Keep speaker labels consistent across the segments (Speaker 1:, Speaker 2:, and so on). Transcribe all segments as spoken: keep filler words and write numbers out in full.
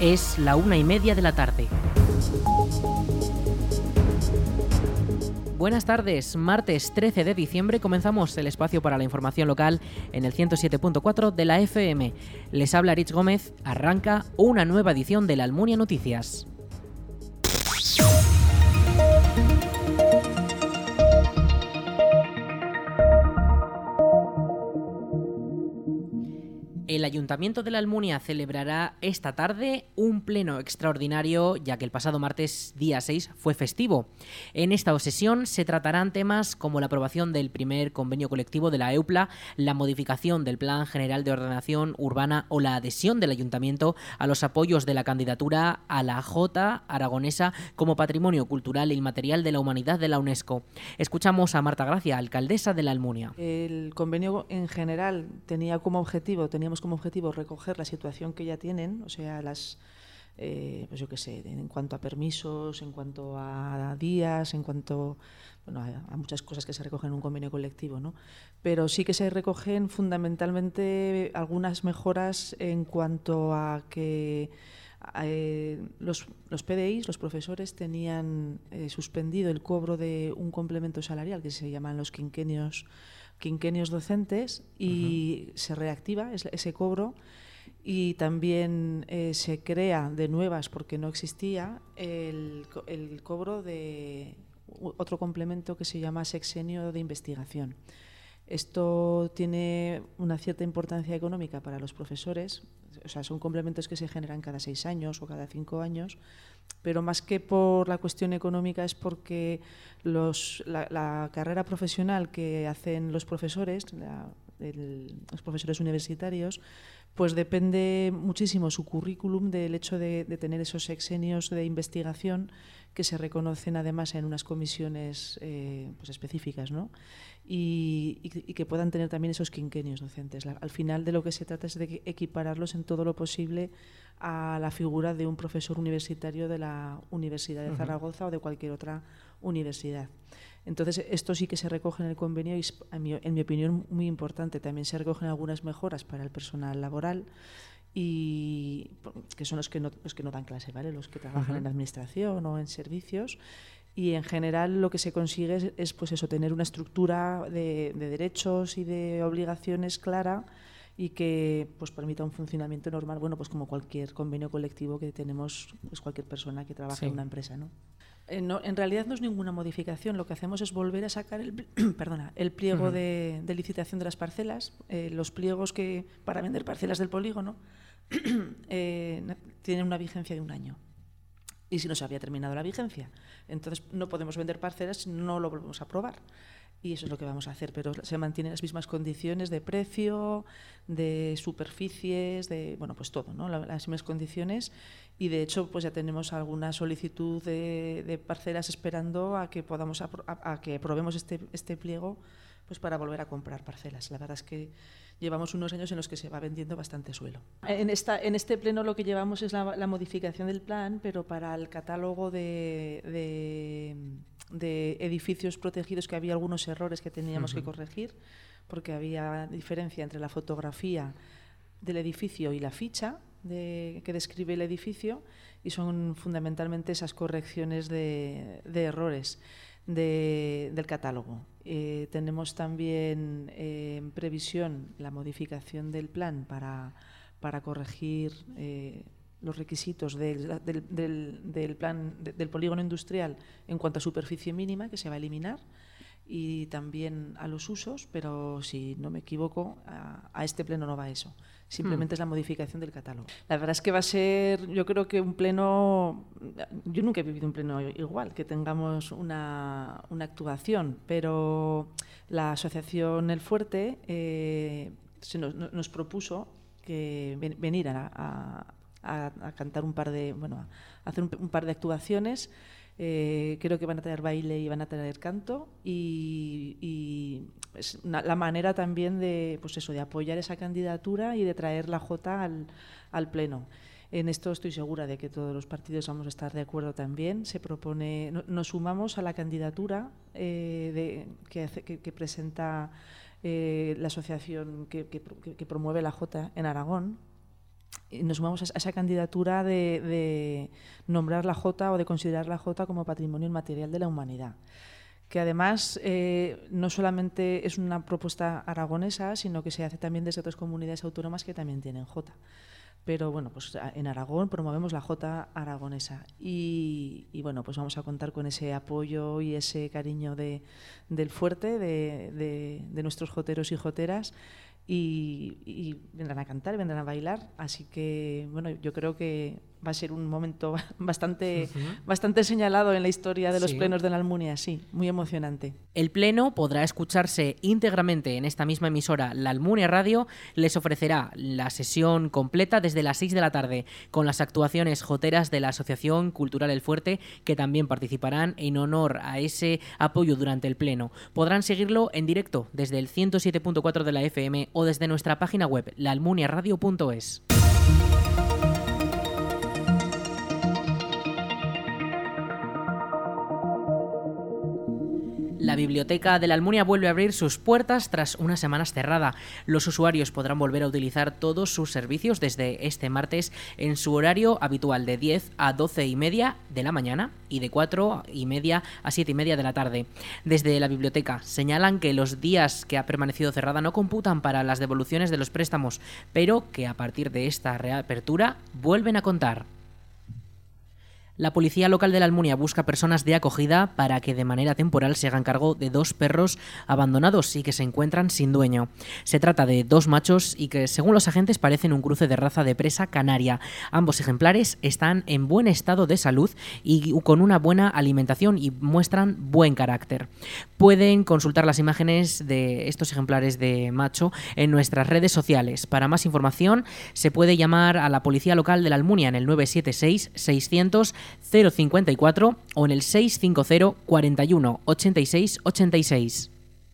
Speaker 1: Es la una y media de la tarde. Buenas tardes, martes trece de diciembre comenzamos el espacio para la información local en el ciento siete punto cuatro de la F M. Les habla Rich Gómez, arranca una nueva edición de la Almunia Noticias. El Ayuntamiento de la Almunia celebrará esta tarde un pleno extraordinario, ya que el pasado martes, día seis, fue festivo. En esta sesión se tratarán temas como la aprobación del primer convenio colectivo de la EUPLA, la modificación del Plan General de Ordenación Urbana o la adhesión del Ayuntamiento a los apoyos de la candidatura a la Jota aragonesa como Patrimonio Cultural e Inmaterial de la Humanidad de la UNESCO. Escuchamos a Marta Gracia, alcaldesa de la Almunia.
Speaker 2: El convenio en general tenía como objetivo, teníamos como objetivo recoger la situación que ya tienen, o sea, las, eh, pues yo qué sé, en cuanto a permisos, en cuanto a días, en cuanto bueno, a, a muchas cosas que se recogen en un convenio colectivo, ¿no? Pero sí que se recogen fundamentalmente algunas mejoras en cuanto a que eh, los, los P D Is, los profesores, tenían eh, suspendido el cobro de un complemento salarial que se llaman los quinquenios quinquenios docentes y uh-huh. se reactiva ese cobro y también eh, se crea de nuevas, porque no existía, el, el cobro de otro complemento que se llama sexenio de investigación. Esto tiene una cierta importancia económica para los profesores, o sea, son complementos que se generan cada seis años o cada cinco años, pero más que por la cuestión económica es porque los, la, la carrera profesional que hacen los profesores, la, el, los profesores universitarios, pues depende muchísimo su currículum del hecho de, de tener esos sexenios de investigación que se reconocen además en unas comisiones eh, pues específicas, ¿no? Y, y, y que puedan tener también esos quinquenios docentes. La, al final de lo que se trata es de equipararlos en todo lo posible a la figura de un profesor universitario de la Universidad de Zaragoza uh-huh. o de cualquier otra universidad. Entonces, esto sí que se recoge en el convenio y es, en mi, en mi opinión, muy importante. También se recogen algunas mejoras para el personal laboral, y que son los que no, los que no dan clase, ¿vale? Los que trabajan uh-huh. en administración o en servicios. Y en general lo que se consigue es, es pues eso, tener una estructura de, de derechos y de obligaciones clara y que pues permita un funcionamiento normal, bueno, pues como cualquier convenio colectivo que tenemos, pues cualquier persona que trabaja sí. en una empresa, ¿no? Eh, no, en realidad no es ninguna modificación, lo que hacemos es volver a sacar el, perdona, el pliego uh-huh. de, de licitación de las parcelas, eh, los pliegos que para vender parcelas del polígono eh, tienen una vigencia de un año. Y si no se había terminado la vigencia, entonces no podemos vender parcelas si no lo volvemos a aprobar. Y eso es lo que vamos a hacer, pero se mantienen las mismas condiciones de precio, de superficies, de bueno, pues todo, ¿no? Las mismas condiciones. Y de hecho, pues ya tenemos alguna solicitud de, de parcelas esperando a que podamos a, a, a que aprobemos este, este pliego, pues para volver a comprar parcelas. La verdad es que llevamos unos años en los que se va vendiendo bastante suelo. En, esta, en este pleno lo que llevamos es la, la modificación del plan, pero para el catálogo de, de, de edificios protegidos, que había algunos errores que teníamos uh-huh. que corregir, porque había diferencia entre la fotografía del edificio y la ficha de, que describe el edificio, y son fundamentalmente esas correcciones de, de errores de, del catálogo. Eh, tenemos también eh, en previsión la modificación del plan para, para corregir eh, los requisitos del, del, del, del plan de, del polígono industrial en cuanto a superficie mínima, que se va a eliminar, y también a los usos, pero si no me equivoco, a, a este pleno no va eso. Simplemente hmm. es la modificación del catálogo. La verdad es que va a ser, yo creo que un pleno, yo nunca he vivido un pleno igual, que tengamos una, una actuación, pero la asociación El Fuerte eh, se nos, nos propuso que ven, venir a, a, a, a cantar un par de, bueno, a hacer un, un par de actuaciones. Eh, creo que van a tener baile y van a tener canto, y, y es una, la manera también de, pues eso, de apoyar esa candidatura y de traer la Jota al, al pleno. En esto estoy segura de que todos los partidos vamos a estar de acuerdo también. Se propone, no, nos sumamos a la candidatura eh, de, que, hace, que, que presenta eh, la asociación que, que, que promueve la Jota en Aragón. y nos sumamos a esa candidatura de, de nombrar la Jota o de considerar la Jota como patrimonio inmaterial de la humanidad, que además eh, no solamente es una propuesta aragonesa, sino que se hace también desde otras comunidades autónomas que también tienen Jota. Pero bueno, pues en Aragón promovemos la Jota aragonesa y, y bueno, pues vamos a contar con ese apoyo y ese cariño de, del fuerte, de, de, de nuestros joteros y joteras, y, y vendrán a cantar, vendrán a bailar, así que bueno, yo creo que va a ser un momento bastante, uh-huh. bastante señalado en la historia de los sí. plenos de la Almunia, sí, muy emocionante.
Speaker 1: El pleno podrá escucharse íntegramente en esta misma emisora, la Almunia Radio. Les ofrecerá la sesión completa desde las seis de la tarde con las actuaciones joteras de la Asociación Cultural El Fuerte, que también participarán en honor a ese apoyo durante el pleno. Podrán seguirlo en directo desde el ciento siete punto cuatro de la F M o desde nuestra página web, la almunia radio punto es. La Biblioteca de la Almunia vuelve a abrir sus puertas tras unas semanas cerrada. Los usuarios podrán volver a utilizar todos sus servicios desde este martes en su horario habitual de diez a doce y media de la mañana y de cuatro y media a siete y media de la tarde. Desde la biblioteca señalan que los días que ha permanecido cerrada no computan para las devoluciones de los préstamos, pero que a partir de esta reapertura vuelven a contar. La Policía Local de la Almunia busca personas de acogida para que de manera temporal se hagan cargo de dos perros abandonados y que se encuentran sin dueño. Se trata de dos machos y que, según los agentes, parecen un cruce de raza de presa canaria. Ambos ejemplares están en buen estado de salud y con una buena alimentación y muestran buen carácter. Pueden consultar las imágenes de estos ejemplares de macho en nuestras redes sociales. Para más información, se puede llamar a la Policía Local de la Almunia en el nueve siete seis, seiscientos, cero cincuenta y cuatro o en el seis cinco cero, cuarenta y uno, ochenta y seis, ochenta y seis.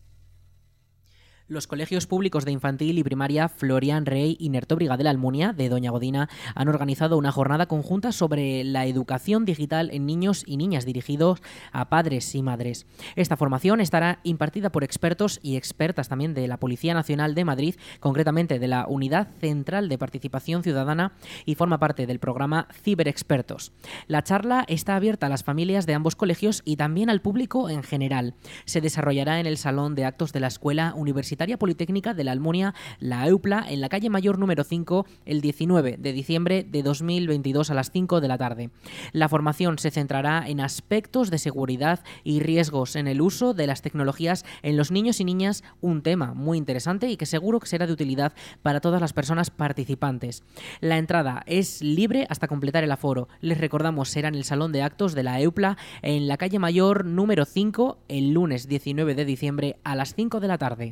Speaker 1: Los colegios públicos de infantil y primaria Florian Rey y Nertóbriga de la Almunia, de Doña Godina, han organizado una jornada conjunta sobre la educación digital en niños y niñas dirigidos a padres y madres. Esta formación estará impartida por expertos y expertas también de la Policía Nacional de Madrid, concretamente de la Unidad Central de Participación Ciudadana, y forma parte del programa Ciberexpertos. La charla está abierta a las familias de ambos colegios y también al público en general. Se desarrollará en el Salón de Actos de la Escuela Universitaria Politécnica de la Almunia, la EUPLA, en la calle Mayor número cinco, el diecinueve de diciembre de dos mil veintidós a las cinco de la tarde. La formación se centrará en aspectos de seguridad y riesgos en el uso de las tecnologías en los niños y niñas, un tema muy interesante y que seguro que será de utilidad para todas las personas participantes. La entrada es libre hasta completar el aforo. Les recordamos, será en el Salón de Actos de la EUPLA, en la calle Mayor número cinco, el lunes diecinueve de diciembre a las cinco de la tarde.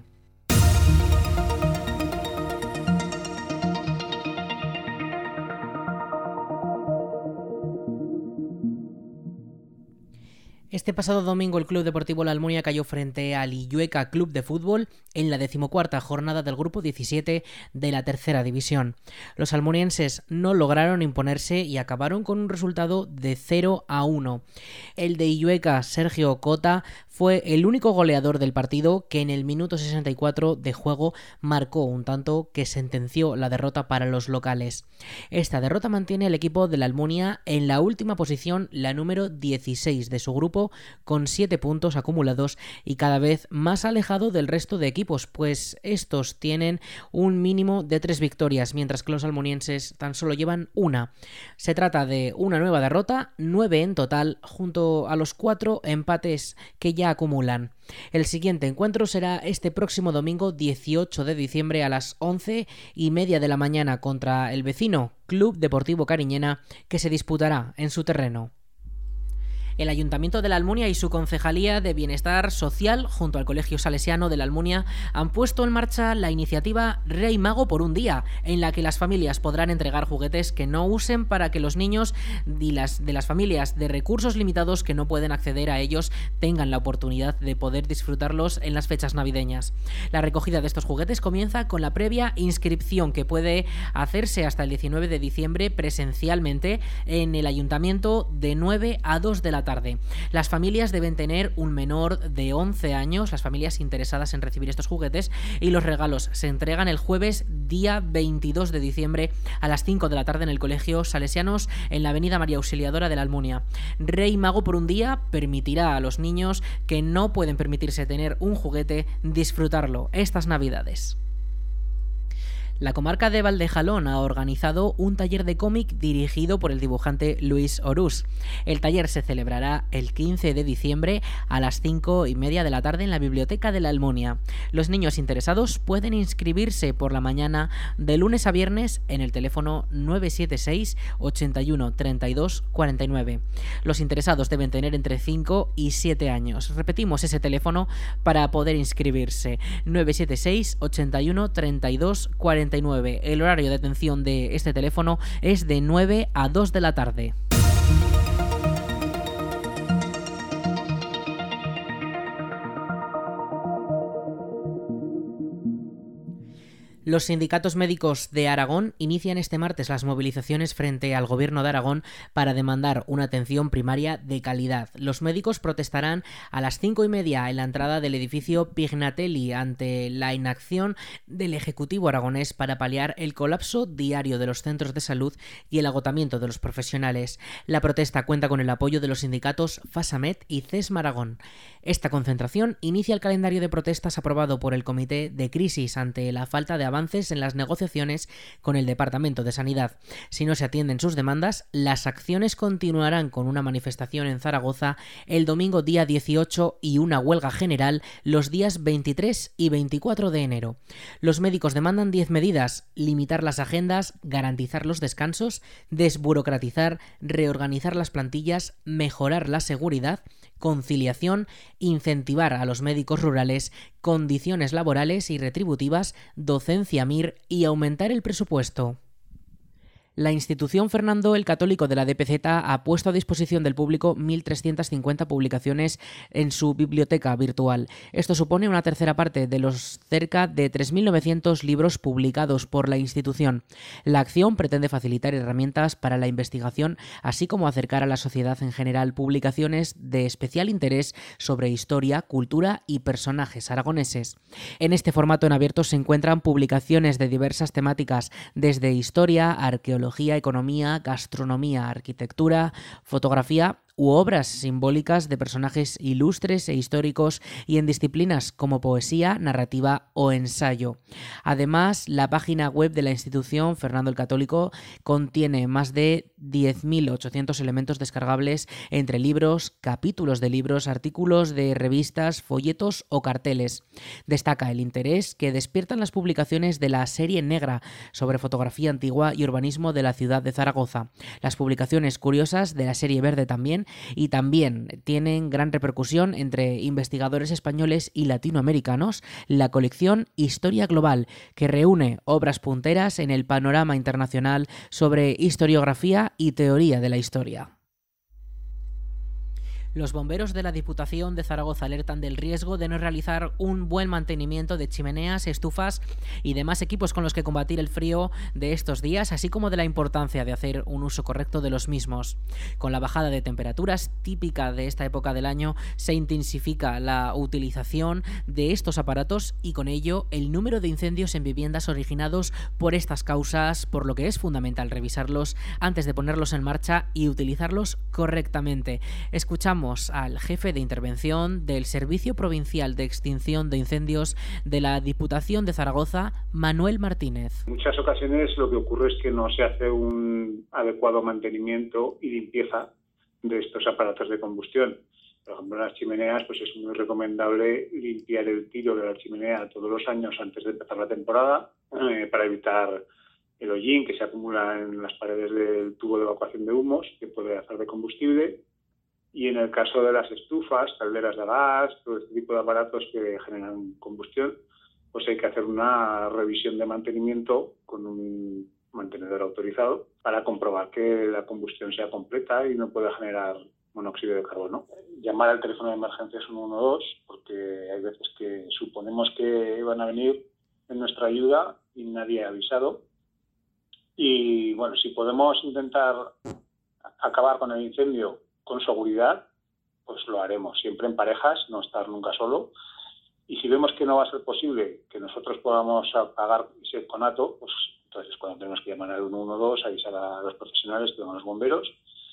Speaker 1: Este pasado domingo el Club Deportivo La Almunia cayó frente al Illueca Club de Fútbol en la decimocuarta jornada del grupo diecisiete de la tercera división. Los almunienses no lograron imponerse y acabaron con un resultado de cero a uno. El de Illueca, Sergio Cota, fue el único goleador del partido, que en el minuto sesenta y cuatro de juego marcó un tanto que sentenció la derrota para los locales. Esta derrota mantiene al equipo de la Almunia en la última posición, la número dieciséis de su grupo, con siete puntos acumulados y cada vez más alejado del resto de equipos, pues estos tienen un mínimo de tres victorias, mientras que los almunienses tan solo llevan una. Se trata de una nueva derrota, nueve en total, junto a los cuatro empates que ya acumulan. El siguiente encuentro será este próximo domingo dieciocho de diciembre a las once y media de la mañana contra el vecino Club Deportivo Cariñena, que se disputará en su terreno. El Ayuntamiento de la Almunia y su Concejalía de Bienestar Social, junto al Colegio Salesiano de la Almunia, han puesto en marcha la iniciativa Rey Mago por un día, en la que las familias podrán entregar juguetes que no usen para que los niños y las, de las familias de recursos limitados que no pueden acceder a ellos tengan la oportunidad de poder disfrutarlos en las fechas navideñas. La recogida de estos juguetes comienza con la previa inscripción, que puede hacerse hasta el diecinueve de diciembre presencialmente en el Ayuntamiento de nueve a dos de la tarde. tarde. Las familias deben tener un menor de once años, las familias interesadas en recibir estos juguetes, y los regalos se entregan el jueves día veintidós de diciembre a las cinco de la tarde en el Colegio Salesianos en la avenida María Auxiliadora de la Almunia. Rey Mago por un día permitirá a los niños que no pueden permitirse tener un juguete disfrutarlo estas Navidades. La comarca de Valdejalón ha organizado un taller de cómic dirigido por el dibujante Luis Orús. El taller se celebrará el quince de diciembre a las cinco y media de la tarde en la Biblioteca de la Almunia. Los niños interesados pueden inscribirse por la mañana de lunes a viernes en el teléfono nueve siete seis, ochenta y uno, treinta y dos, cuarenta y nueve. Los interesados deben tener entre cinco y siete años. Repetimos ese teléfono para poder inscribirse: nueve siete seis, ochenta y uno, treinta y dos, cuarenta y nueve. El horario de atención de este teléfono es de nueve a dos de la tarde. Los sindicatos médicos de Aragón inician este martes las movilizaciones frente al Gobierno de Aragón para demandar una atención primaria de calidad. Los médicos protestarán a las cinco y media en la entrada del edificio Pignatelli ante la inacción del Ejecutivo aragonés para paliar el colapso diario de los centros de salud y el agotamiento de los profesionales. La protesta cuenta con el apoyo de los sindicatos FASAMED y CESMA Aragón. Esta concentración inicia el calendario de protestas aprobado por el Comité de Crisis ante la falta de avances en las negociaciones con el Departamento de Sanidad. Si no se atienden sus demandas, las acciones continuarán con una manifestación en Zaragoza el domingo día dieciocho y una huelga general los días veintitrés y veinticuatro de enero. Los médicos demandan diez medidas: limitar las agendas, garantizar los descansos, desburocratizar, reorganizar las plantillas, mejorar la seguridad, conciliación, incentivar a los médicos rurales, condiciones laborales y retributivas, docencia M I R y aumentar el presupuesto. La institución Fernando el Católico de la D P Z ha puesto a disposición del público mil trescientas cincuenta publicaciones en su biblioteca virtual. Esto supone una tercera parte de los cerca de tres mil novecientos libros publicados por la institución. La acción pretende facilitar herramientas para la investigación, así como acercar a la sociedad en general publicaciones de especial interés sobre historia, cultura y personajes aragoneses. En este formato en abierto se encuentran publicaciones de diversas temáticas, desde historia, arqueología, economía, gastronomía, arquitectura, fotografía u obras simbólicas de personajes ilustres e históricos, y en disciplinas como poesía, narrativa o ensayo. Además, la página web de la institución Fernando el Católico contiene más de diez mil ochocientos elementos descargables entre libros, capítulos de libros, artículos de revistas, folletos o carteles. Destaca el interés que despiertan las publicaciones de la serie negra sobre fotografía antigua y urbanismo de la ciudad de Zaragoza. Las publicaciones curiosas de la serie verde también, y también tienen gran repercusión entre investigadores españoles y latinoamericanos la colección Historia Global, que reúne obras punteras en el panorama internacional sobre historiografía y teoría de la historia. Los bomberos de la Diputación de Zaragoza alertan del riesgo de no realizar un buen mantenimiento de chimeneas, estufas y demás equipos con los que combatir el frío de estos días, así como de la importancia de hacer un uso correcto de los mismos. Con la bajada de temperaturas típica de esta época del año, se intensifica la utilización de estos aparatos y con ello el número de incendios en viviendas originados por estas causas, por lo que es fundamental revisarlos antes de ponerlos en marcha y utilizarlos correctamente. Escuchamos al jefe de intervención del Servicio Provincial de Extinción de Incendios de la Diputación de Zaragoza, Manuel Martínez.
Speaker 3: En muchas ocasiones lo que ocurre es que no se hace un adecuado mantenimiento y limpieza de estos aparatos de combustión. Por ejemplo, en las chimeneas, pues es muy recomendable limpiar el tiro de la chimenea todos los años antes de empezar la temporada, eh, para evitar el hollín que se acumula en las paredes del tubo de evacuación de humos, que puede hacer de combustible. Y en el caso de las estufas, calderas de gas, todo este tipo de aparatos que generan combustión, pues hay que hacer una revisión de mantenimiento con un mantenedor autorizado para comprobar que la combustión sea completa y no pueda generar monóxido de carbono. Llamar al teléfono de emergencias uno uno dos, porque hay veces que suponemos que van a venir en nuestra ayuda y nadie ha avisado. Y bueno, si podemos intentar acabar con el incendio con seguridad, pues lo haremos, siempre en parejas, no estar nunca solo. Y si vemos que no va a ser posible que nosotros podamos apagar ese conato, pues entonces es cuando tenemos que llamar al uno uno dos, avisar a los profesionales, que son los bomberos,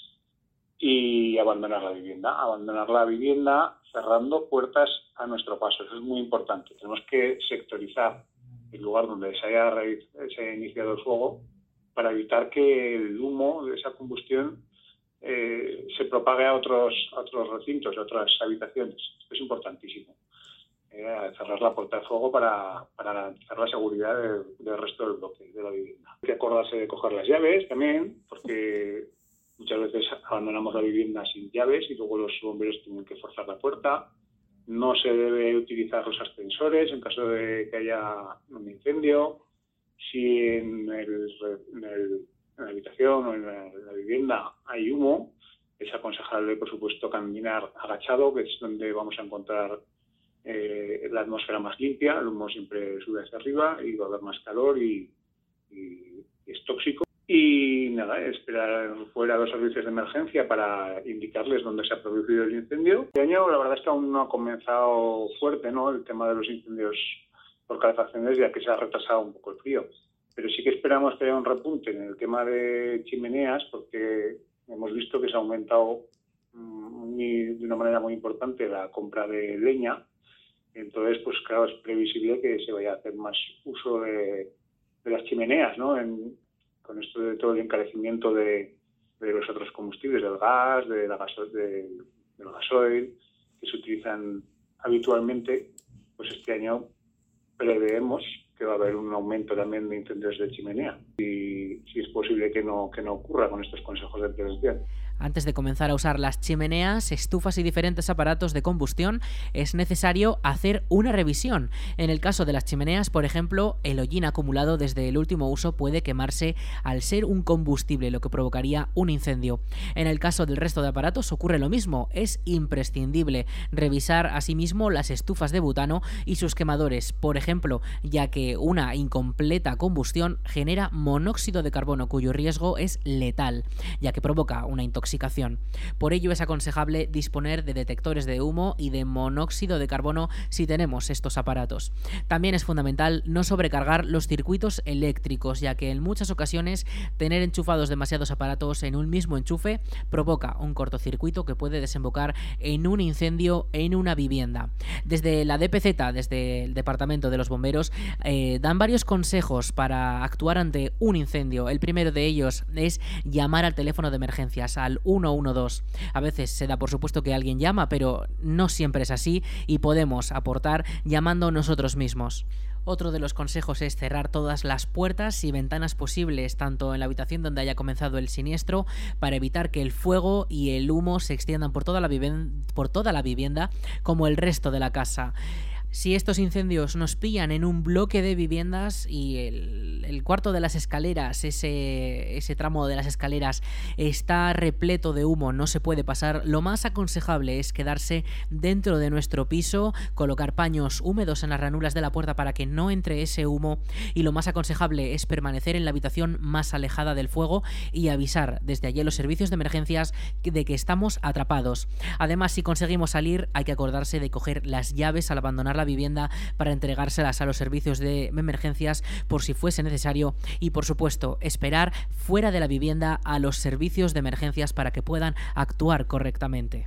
Speaker 3: y abandonar la vivienda. Abandonar la vivienda cerrando puertas a nuestro paso. Eso es muy importante. Tenemos que sectorizar el lugar donde se haya, se haya iniciado el fuego para evitar que el humo de esa combustión eh, se propague a otros, a otros recintos, a otras habitaciones. Esto es importantísimo. Eh, cerrar la puerta de fuego para, para garantizar la seguridad del, del resto del bloque, de la vivienda. Hay que acordarse de coger las llaves también, porque muchas veces abandonamos la vivienda sin llaves y luego los bomberos tienen que forzar la puerta. No se debe utilizar los ascensores en caso de que haya un incendio. Si en, el, en, el, en la habitación o en la, en la vivienda hay humo, es aconsejable, por supuesto, caminar agachado, que es donde vamos a encontrar eh, la atmósfera más limpia. El humo siempre sube hacia arriba y va a haber más calor y, y, y es tóxico. Y nada, esperar fuera los servicios de emergencia para indicarles dónde se ha producido el incendio. Este año la verdad es que aún no ha comenzado fuerte, ¿no?, el tema de los incendios por calefacciones, ya que se ha retrasado un poco el frío. Pero sí que esperamos que haya un repunte en el tema de chimeneas, porque hemos visto que se ha aumentado muy, de una manera muy importante la compra de leña. Entonces, pues claro, es previsible que se vaya a hacer más uso de, de las chimeneas, ¿no?, en, con esto de todo el encarecimiento de, de los otros combustibles, del gas, de la gaso, de, del gasoil, que se utilizan habitualmente. Pues este año preveemos que va a haber un aumento también de incendios de chimenea, y si es posible que no, que no ocurra con estos consejos de prevención.
Speaker 1: Antes de comenzar a usar las chimeneas, estufas y diferentes aparatos de combustión, es necesario hacer una revisión. En el caso de las chimeneas, por ejemplo, el hollín acumulado desde el último uso puede quemarse al ser un combustible, lo que provocaría un incendio. En el caso del resto de aparatos ocurre lo mismo. Es imprescindible revisar asimismo las estufas de butano y sus quemadores, por ejemplo, ya que una incompleta combustión genera monóxido de carbono, cuyo riesgo es letal, ya que provoca una intoxicación. Por ello es aconsejable disponer de detectores de humo y de monóxido de carbono si tenemos estos aparatos. También es fundamental no sobrecargar los circuitos eléctricos, ya que en muchas ocasiones tener enchufados demasiados aparatos en un mismo enchufe provoca un cortocircuito que puede desembocar en un incendio en una vivienda. Desde la D P Z, desde el Departamento de los Bomberos, eh, dan varios consejos para actuar ante un incendio. El primero de ellos es llamar al teléfono de emergencias, al uno uno dos. A veces se da por supuesto que alguien llama, pero no siempre es así y podemos aportar llamando nosotros mismos. Otro de los consejos es cerrar todas las puertas y ventanas posibles, tanto en la habitación donde haya comenzado el siniestro, para evitar que el fuego y el humo se extiendan por toda la vivienda, por toda la vivienda como el resto de la casa. Si estos incendios nos pillan en un bloque de viviendas y el, el cuarto de las escaleras, ese, ese tramo de las escaleras está repleto de humo, no se puede pasar, lo más aconsejable es quedarse dentro de nuestro piso, colocar paños húmedos en las ranuras de la puerta para que no entre ese humo, y lo más aconsejable es permanecer en la habitación más alejada del fuego y avisar desde allí a los servicios de emergencias de que estamos atrapados. Además, si conseguimos salir, hay que acordarse de coger las llaves al abandonar la vivienda para entregárselas a los servicios de emergencias por si fuese necesario, y por supuesto esperar fuera de la vivienda a los servicios de emergencias para que puedan actuar correctamente.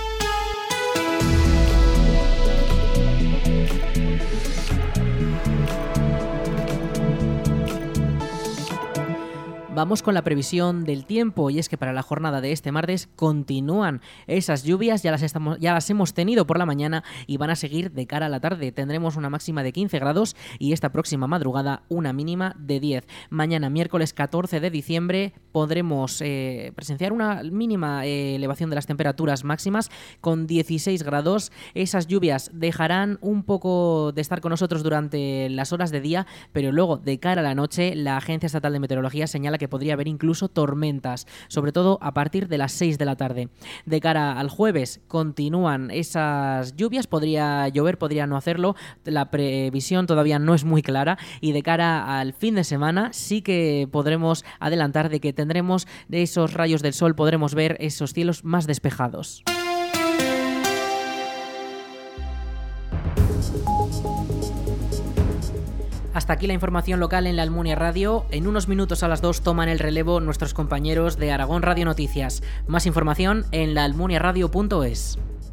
Speaker 1: Vamos con la previsión del tiempo, y es que para la jornada de este martes continúan esas lluvias, ya las, estamos, ya las hemos tenido por la mañana y van a seguir de cara a la tarde. Tendremos una máxima de quince grados y esta próxima madrugada una mínima de diez. Mañana, miércoles catorce de diciembre, podremos eh, presenciar una mínima eh, elevación de las temperaturas máximas con dieciséis grados. Esas lluvias dejarán un poco de estar con nosotros durante las horas de día, pero luego de cara a la noche la Agencia Estatal de Meteorología señala que podría haber incluso tormentas, sobre todo a partir de las seis de la tarde. De cara al jueves continúan esas lluvias, podría llover, podría no hacerlo, la previsión todavía no es muy clara, y de cara al fin de semana sí que podremos adelantar de que tendremos esos rayos del sol, podremos ver esos cielos más despejados. Hasta aquí la información local en la Almunia Radio. En unos minutos a las dos toman el relevo nuestros compañeros de Aragón Radio Noticias. Más información en la almuniaradio punto es.